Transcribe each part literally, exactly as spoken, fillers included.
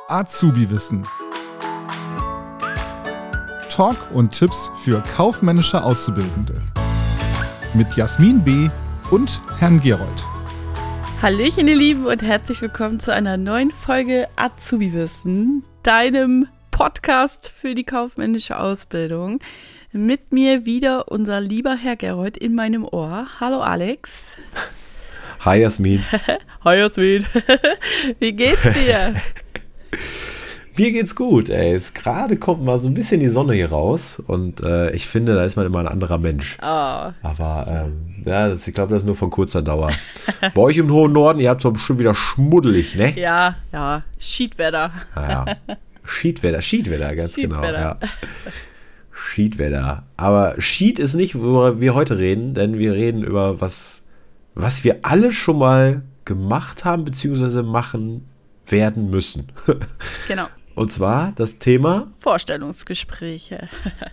Azubi-Wissen. Talk und Tipps für kaufmännische Auszubildende. Mit Jasmin B. und Herrn Gerold. Hallöchen ihr Lieben und herzlich willkommen zu einer neuen Folge Azubi-Wissen, deinem Podcast für die kaufmännische Ausbildung. Mit mir wieder unser lieber Herr Gerold in meinem Ohr. Hallo Alex. Hi Jasmin. Hi Jasmin. Wie geht's dir? Mir geht's gut, ey. Gerade kommt mal so ein bisschen die Sonne hier raus und äh, ich finde, da ist man immer ein anderer Mensch. Oh. Aber ähm, ja, das, ich glaube, das ist nur von kurzer Dauer. Bei euch im hohen Norden, ihr habt es doch bestimmt wieder schmuddelig, ne? Ja, ja, Schiedwetter. Ah, ja. Schiedwetter, Schiedwetter, ganz Schiedwetter. genau. Ja. Schiedwetter. Aber Schied ist nicht, worüber wir heute reden, denn wir reden über was, was wir alle schon mal gemacht haben, beziehungsweise machen werden müssen. Genau. Und zwar das Thema Vorstellungsgespräche.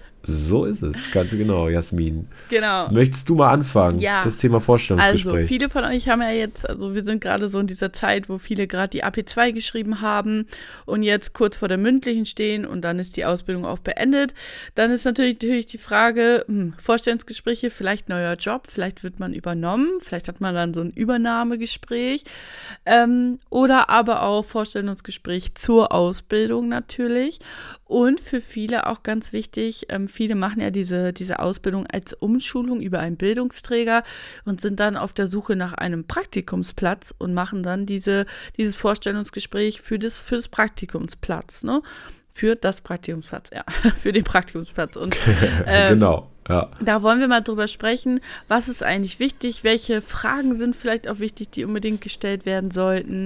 So ist es, ganz genau, Jasmin. Genau. Möchtest du mal anfangen? Ja. Das Thema Vorstellungsgespräch. Also viele von euch haben ja jetzt, also wir sind gerade so in dieser Zeit, wo viele gerade die A P zwei geschrieben haben und jetzt kurz vor der mündlichen stehen und dann ist die Ausbildung auch beendet. Dann ist natürlich, natürlich die Frage, hm, Vorstellungsgespräche, vielleicht neuer Job, vielleicht wird man übernommen, vielleicht hat man dann so ein Übernahmegespräch ähm, oder aber auch Vorstellungsgespräch zur Ausbildung natürlich. Und für viele auch ganz wichtig, ähm, viele machen ja diese, diese Ausbildung als Umschulung über einen Bildungsträger und sind dann auf der Suche nach einem Praktikumsplatz und machen dann diese, dieses Vorstellungsgespräch für das, für das Praktikumsplatz, ne? Für das Praktikumsplatz, ja, für den Praktikumsplatz. Und ähm, genau, ja. Da wollen wir mal drüber sprechen, was ist eigentlich wichtig, welche Fragen sind vielleicht auch wichtig, die unbedingt gestellt werden sollten.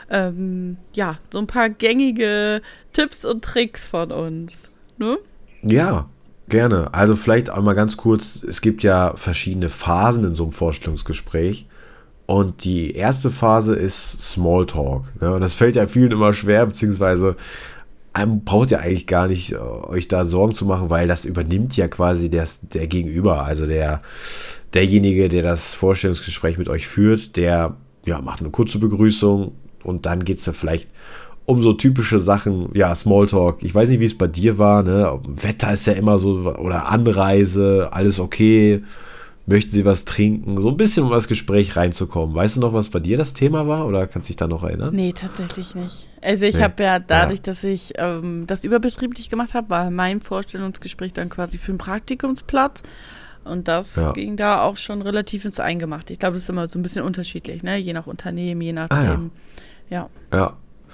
Ähm, ja, so ein paar gängige Tipps und Tricks von uns, ne? Ja, gerne. Also vielleicht einmal ganz kurz, es gibt ja verschiedene Phasen in so einem Vorstellungsgespräch. Und die erste Phase ist Smalltalk. Ne? Und das fällt ja vielen immer schwer, beziehungsweise einem braucht ja eigentlich gar nicht äh, euch da Sorgen zu machen, weil das übernimmt ja quasi der, der Gegenüber, also der derjenige, der das Vorstellungsgespräch mit euch führt, der ja macht eine kurze Begrüßung und dann geht es ja vielleicht um so typische Sachen, ja, Smalltalk. Ich weiß nicht, wie es bei dir war, ne? Wetter ist ja immer so, oder Anreise, alles okay, möchten Sie was trinken? So ein bisschen, um das Gespräch reinzukommen. Weißt du noch, was bei dir das Thema war oder kannst du dich da noch erinnern? Nee, tatsächlich nicht. Also ich Nee. habe ja dadurch, Ja. dass ich ähm, das überbetrieblich gemacht habe, war mein Vorstellungsgespräch dann quasi für einen Praktikumsplatz. Und das Ja. ging da auch schon relativ ins Eingemachte. Ich glaube, das ist immer so ein bisschen unterschiedlich, ne? Je nach Unternehmen, je nach Ah, ja. Themen. Ja. Ja.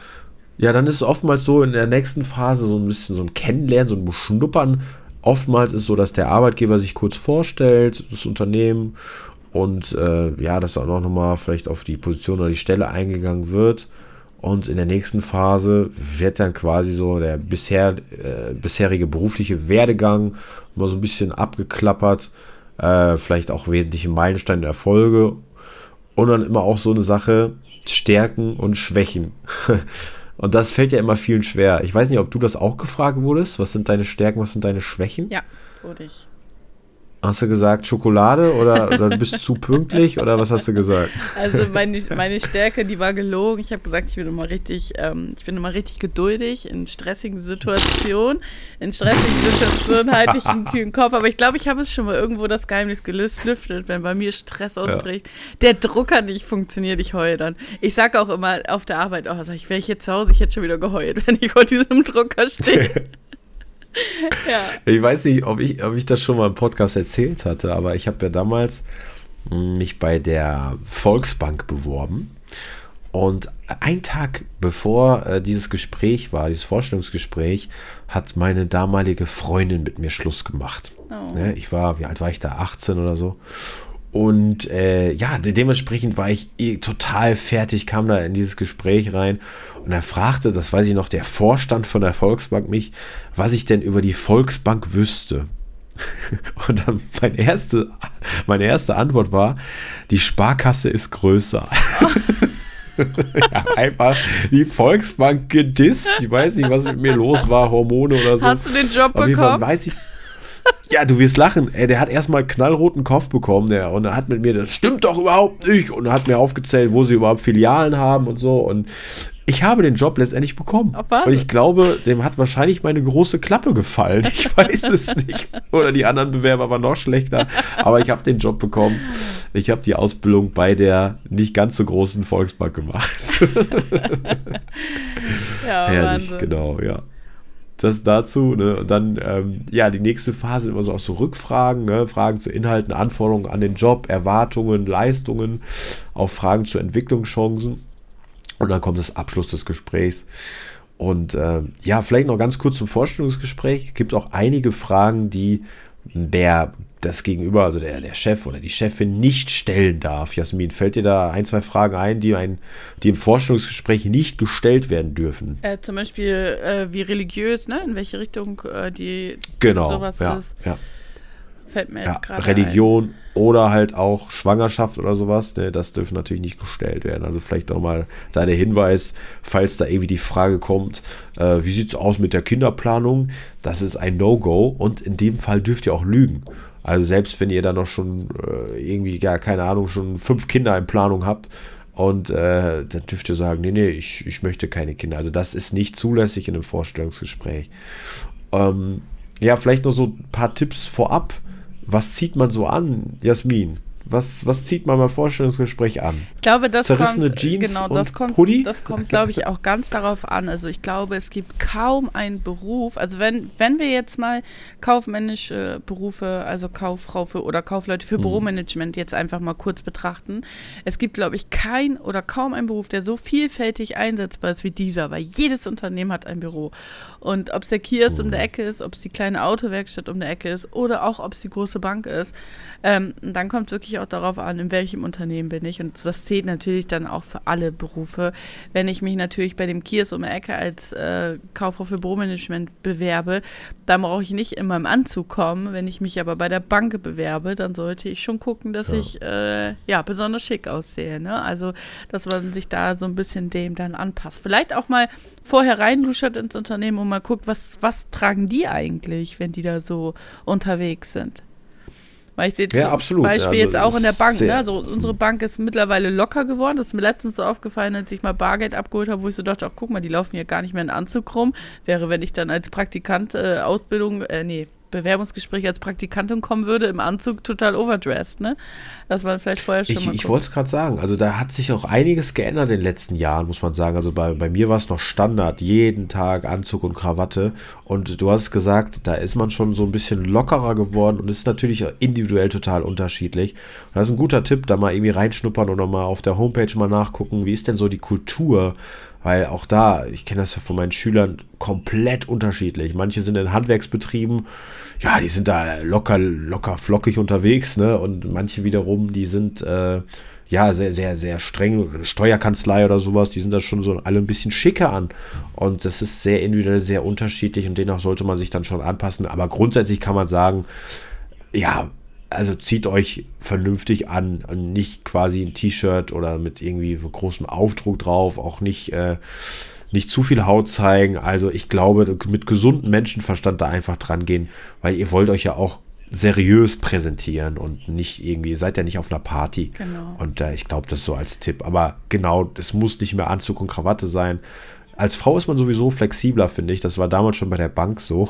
Ja, dann ist es oftmals so in der nächsten Phase so ein bisschen so ein Kennenlernen, so ein Beschnuppern. Oftmals ist es so, dass der Arbeitgeber sich kurz vorstellt, das Unternehmen, und äh, ja, dass auch noch mal vielleicht auf die Position oder die Stelle eingegangen wird. Und in der nächsten Phase wird dann quasi so der bisher, äh, bisherige berufliche Werdegang mal so ein bisschen abgeklappert, äh, vielleicht auch wesentliche Meilensteine, Erfolge und dann immer auch so eine Sache, Stärken und Schwächen. Und das fällt ja immer vielen schwer. Ich weiß nicht, ob du das auch gefragt wurdest. Was sind deine Stärken, was sind deine Schwächen? Ja, wurde ich. Hast du gesagt Schokolade oder, oder du bist zu pünktlich oder was hast du gesagt? Also meine, meine Stärke, die war gelogen. Ich habe gesagt, ich bin immer richtig, ähm, ich bin immer richtig geduldig in stressigen Situationen. In stressigen Situationen halte ich einen kühlen Kopf. Aber ich glaube, ich habe es schon mal irgendwo das Geheimnis gelüftet, wenn bei mir Stress ausbricht. Ja. Der Drucker nicht funktioniert, ich heule dann. Ich sage auch immer auf der Arbeit, oh, sag ich, wäre ich jetzt zu Hause, ich hätte schon wieder geheult, wenn ich vor diesem Drucker stehe. Ja. Ich weiß nicht, ob ich, ob ich das schon mal im Podcast erzählt hatte, aber ich habe ja damals mich bei der Volksbank beworben und einen Tag bevor äh, dieses Gespräch war, dieses Vorstellungsgespräch, hat meine damalige Freundin mit mir Schluss gemacht. Oh. Ne, ich war, wie alt war ich da? achtzehn oder so. Und äh, ja, de- dementsprechend war ich eh total fertig, kam da in dieses Gespräch rein und er fragte, das weiß ich noch, der Vorstand von der Volksbank mich, was ich denn über die Volksbank wüsste. Und dann mein erste, meine erste Antwort war, die Sparkasse ist größer. Ja, einfach die Volksbank gedisst. Ich weiß nicht, was mit mir los war, Hormone oder so. Hast du den Job Auf jeden Fall bekommen? weiß ich. Ja, du wirst lachen. Ey, der hat erstmal knallroten Kopf bekommen, der, und er hat mit mir, das stimmt doch überhaupt nicht, und er hat mir aufgezählt, wo sie überhaupt Filialen haben und so. Und ich habe den Job letztendlich bekommen. Auf Und ich glaube, dem hat wahrscheinlich meine große Klappe gefallen. Ich weiß es nicht. Oder die anderen Bewerber waren noch schlechter. Aber ich habe den Job bekommen. Ich habe die Ausbildung bei der nicht ganz so großen Volksbank gemacht. Ja, Herrlich, Wahnsinn. genau, ja. Das dazu, ne? Und dann, ähm, ja, die nächste Phase immer so auch so Rückfragen, ne? Fragen zu Inhalten, Anforderungen an den Job, Erwartungen, Leistungen, auch Fragen zu Entwicklungschancen. Und dann kommt das Abschluss des Gesprächs. Und ähm, ja, vielleicht noch ganz kurz zum Vorstellungsgespräch. Es gibt auch einige Fragen, die der das Gegenüber, also der, der Chef oder die Chefin nicht stellen darf. Jasmin, fällt dir da ein, zwei Fragen ein, die, ein, die im Vorstellungsgespräch nicht gestellt werden dürfen? Äh, zum Beispiel, äh, wie religiös, ne? In welche Richtung äh, die Genau, sowas ja, ist. ja. Fällt mir jetzt Ja, gerade Religion ein. Oder halt auch Schwangerschaft oder sowas, ne, das dürfen natürlich nicht gestellt werden. Also vielleicht nochmal da der Hinweis, falls da irgendwie die Frage kommt, äh, wie sieht es aus mit der Kinderplanung? Das ist ein No-Go und in dem Fall dürft ihr auch lügen. Also selbst wenn ihr da noch schon äh, irgendwie, ja, keine Ahnung, schon fünf Kinder in Planung habt und äh, dann dürft ihr sagen, nee, nee, ich, ich möchte keine Kinder. Also das ist nicht zulässig in einem Vorstellungsgespräch. Ähm, ja, vielleicht noch so ein paar Tipps vorab. Was zieht man so an, Jasmin? Was, was zieht man beim Vorstellungsgespräch an? Ich glaube, das Zerrissene kommt, Jeans genau, und das kommt, Hoodie? das kommt, glaube ich, auch ganz darauf an. Also ich glaube, es gibt kaum einen Beruf, also wenn, wenn wir jetzt mal kaufmännische Berufe, also Kauffrau für oder Kaufleute für Mhm. Büromanagement jetzt einfach mal kurz betrachten. Es gibt, glaube ich, kein oder kaum einen Beruf, der so vielfältig einsetzbar ist wie dieser, weil jedes Unternehmen hat ein Büro. Und ob es der Kiosk Mhm. um der Ecke ist, ob es die kleine Autowerkstatt um der Ecke ist oder auch, ob es die große Bank ist, ähm, dann kommt es wirklich auch darauf an, in welchem Unternehmen bin ich. Und das zählt natürlich dann auch für alle Berufe. Wenn ich mich natürlich bei dem Kiosk um die Ecke als äh, Kauffrau für Büromanagement bewerbe, dann brauche ich nicht immer im Anzug kommen. Wenn ich mich aber bei der Bank bewerbe, dann sollte ich schon gucken, dass Ja. ich äh, ja besonders schick aussehe. Ne? Also, dass man sich da so ein bisschen dem dann anpasst. Vielleicht auch mal vorher reinluschert ins Unternehmen und mal guckt, was, was tragen die eigentlich, wenn die da so unterwegs sind. Weil ich sehe Ja, zum absolut. Beispiel Also jetzt auch in der ist Bank, sehr- ne? Also unsere Bank ist mittlerweile locker geworden. Das ist mir letztens so aufgefallen, als ich mal Bargeld abgeholt habe, wo ich so dachte, ach guck mal, die laufen hier gar nicht mehr in Anzug rum. Wäre, wenn ich dann als Praktikant äh, Ausbildung, äh, nee, Bewerbungsgespräch als Praktikantin kommen würde, im Anzug total overdressed, ne? Dass man vielleicht vorher schon Ich, mal ich guckt. wollte es gerade sagen, also da hat sich auch einiges geändert in den letzten Jahren, muss man sagen. Also bei, bei mir war es noch Standard, jeden Tag Anzug und Krawatte. Und du hast gesagt, da ist man schon so ein bisschen lockerer geworden und ist natürlich auch individuell total unterschiedlich. Und das ist ein guter Tipp, da mal irgendwie reinschnuppern oder mal auf der Homepage mal nachgucken, wie ist denn so die Kultur? Weil auch da, ich kenne das ja von meinen Schülern, komplett unterschiedlich. Manche sind in Handwerksbetrieben, ja, die sind da locker, locker flockig unterwegs, ne? Und manche wiederum, die sind äh, ja sehr, sehr, sehr streng, Steuerkanzlei oder sowas, die sind da schon so alle ein bisschen schicker an. Und das ist sehr individuell, sehr unterschiedlich und demnach sollte man sich dann schon anpassen. Aber grundsätzlich kann man sagen, ja, also zieht euch vernünftig an und nicht quasi ein T-Shirt oder mit irgendwie so großem Aufdruck drauf, auch nicht, äh, nicht zu viel Haut zeigen. Also ich glaube, mit gesundem Menschenverstand da einfach dran gehen, weil ihr wollt euch ja auch seriös präsentieren und nicht irgendwie, ihr seid ja nicht auf einer Party. Genau. Und äh, ich glaube, das ist so als Tipp. Aber genau, es muss nicht mehr Anzug und Krawatte sein. Als Frau ist man sowieso flexibler, finde ich. Das war damals schon bei der Bank so.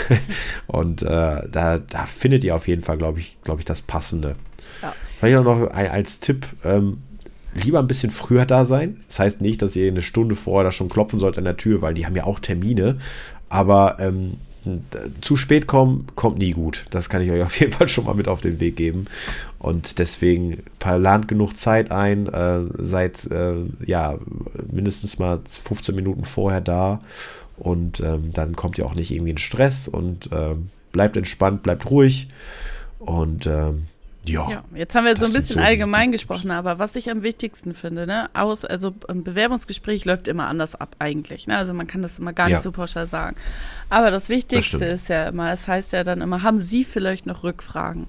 Und äh, da, da findet ihr auf jeden Fall, glaube ich, glaube ich, das Passende. Ja. Vielleicht auch noch ein, als Tipp, ähm, lieber ein bisschen früher da sein. Das heißt nicht, dass ihr eine Stunde vorher da schon klopfen sollt an der Tür, weil die haben ja auch Termine. Aber ähm, zu spät kommen, kommt nie gut. Das kann ich euch auf jeden Fall schon mal mit auf den Weg geben. Und deswegen plant genug Zeit ein, äh, seid äh, ja mindestens mal fünfzehn Minuten vorher da und ähm, dann kommt ihr auch nicht irgendwie in Stress und ähm, bleibt entspannt, bleibt ruhig und ähm, ja. Ja, jetzt haben wir so das ein sind bisschen so die- allgemein gesprochen, aber was ich am wichtigsten finde, ne, aus, also ein Bewerbungsgespräch läuft immer anders ab eigentlich, ne, also man kann das immer gar nicht Ja. so pauschal sagen. Aber das Wichtigste stimmt. ist ja immer, es heißt ja dann immer, haben Sie vielleicht noch Rückfragen?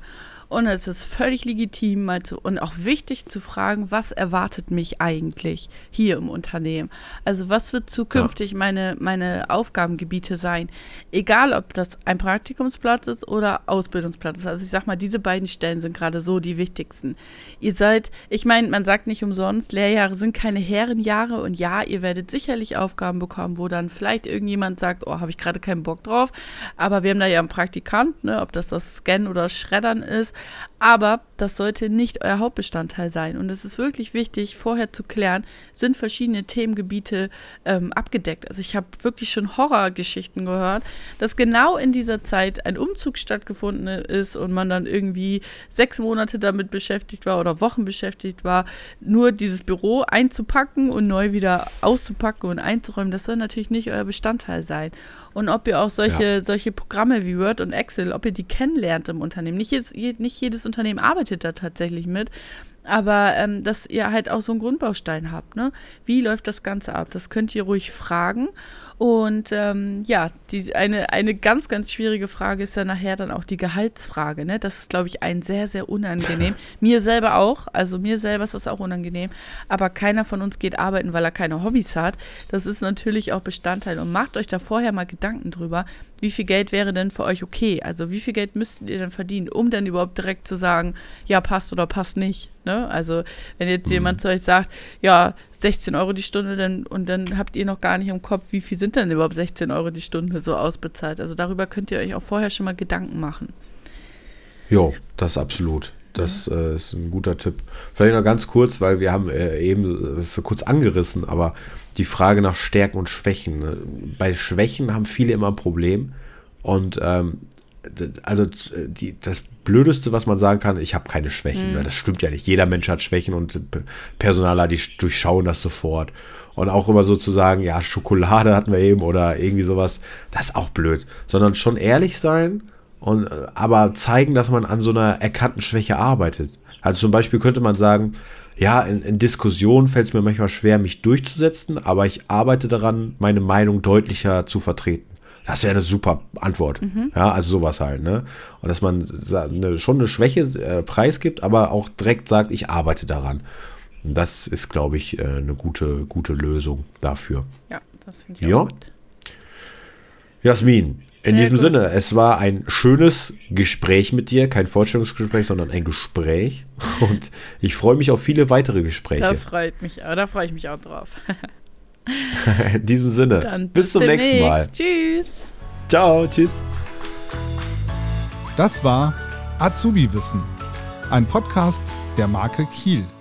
Und es ist völlig legitim mal zu, und auch wichtig zu fragen, was erwartet mich eigentlich hier im Unternehmen? Also was wird zukünftig ja. meine, meine Aufgabengebiete sein? Egal, ob das ein Praktikumsplatz ist oder Ausbildungsplatz ist. Also ich sag mal, diese beiden Stellen sind gerade so die wichtigsten. Ihr seid, ich meine, man sagt nicht umsonst, Lehrjahre sind keine Herrenjahre und ja, ihr werdet sicherlich Aufgaben bekommen, wo dann vielleicht irgendjemand sagt, oh, habe ich gerade keinen Bock drauf, aber wir haben da ja einen Praktikant, ne, ob das das Scannen oder Schreddern ist, aber das sollte nicht euer Hauptbestandteil sein und es ist wirklich wichtig, vorher zu klären, sind verschiedene Themengebiete ähm, abgedeckt. Also ich habe wirklich schon Horrorgeschichten gehört, dass genau in dieser Zeit ein Umzug stattgefunden ist und man dann irgendwie sechs Monate damit beschäftigt war oder Wochen beschäftigt war, nur dieses Büro einzupacken und neu wieder auszupacken und einzuräumen. Das soll natürlich nicht euer Bestandteil sein. Und ob ihr auch solche, ja. solche Programme wie Word und Excel, ob ihr die kennenlernt im Unternehmen. Nicht jedes, nicht jedes Unternehmen arbeitet da tatsächlich mit, aber ähm, dass ihr halt auch so einen Grundbaustein habt, ne? Wie läuft das Ganze ab? Das könnt ihr ruhig fragen. Und ähm, ja, die, eine, eine ganz, ganz schwierige Frage ist ja nachher dann auch die Gehaltsfrage, ne? Das ist, glaube ich, ein sehr, sehr unangenehm. Mir selber auch, also mir selber ist das auch unangenehm, aber keiner von uns geht arbeiten, weil er keine Hobbys hat. Das ist natürlich auch Bestandteil und macht euch da vorher mal Gedanken drüber, wie viel Geld wäre denn für euch okay? Also wie viel Geld müsstet ihr denn verdienen, um dann überhaupt direkt zu sagen, ja, passt oder passt nicht, ne? Also wenn jetzt mhm. jemand zu euch sagt, ja, sechzehn Euro die Stunde, dann, und dann habt ihr noch gar nicht im Kopf, wie viel sind denn überhaupt sechzehn Euro die Stunde so ausbezahlt. Also darüber könnt ihr euch auch vorher schon mal Gedanken machen. Jo, das absolut. Das mhm. äh, ist ein guter Tipp. Vielleicht noch ganz kurz, weil wir haben äh, eben das so kurz angerissen, aber die Frage nach Stärken und Schwächen. Ne? Bei Schwächen haben viele immer ein Problem und ähm, also die, das Blödeste, was man sagen kann, ich habe keine Schwächen. Mhm. Das stimmt ja nicht. Jeder Mensch hat Schwächen und Personaler, die durchschauen das sofort. Und auch immer so zu sagen, ja, Schokolade hatten wir eben oder irgendwie sowas, das ist auch blöd. Sondern schon ehrlich sein und aber zeigen, dass man an so einer erkannten Schwäche arbeitet. Also zum Beispiel könnte man sagen, ja, in, in Diskussionen fällt es mir manchmal schwer, mich durchzusetzen, aber ich arbeite daran, meine Meinung deutlicher zu vertreten. Das wäre eine super Antwort. Mhm. Ja, also sowas halt, ne? Und dass man eine, schon eine Schwäche äh, preisgibt, aber auch direkt sagt, ich arbeite daran. Und das ist, glaube ich, äh, eine gute, gute Lösung dafür. Ja, das finde ich ja. auch gut. Jasmin, in Sehr diesem gut. Sinne, es war ein schönes Gespräch mit dir, kein Vorstellungsgespräch, sondern ein Gespräch. Und ich freue mich auf viele weitere Gespräche. Das freut mich, aber da freue ich mich auch drauf. In diesem Sinne, Dann bis, bis zum demnächst. nächsten Mal. Tschüss. Ciao, tschüss. Das war Azubi Wissen, ein Podcast der Marke Kiel.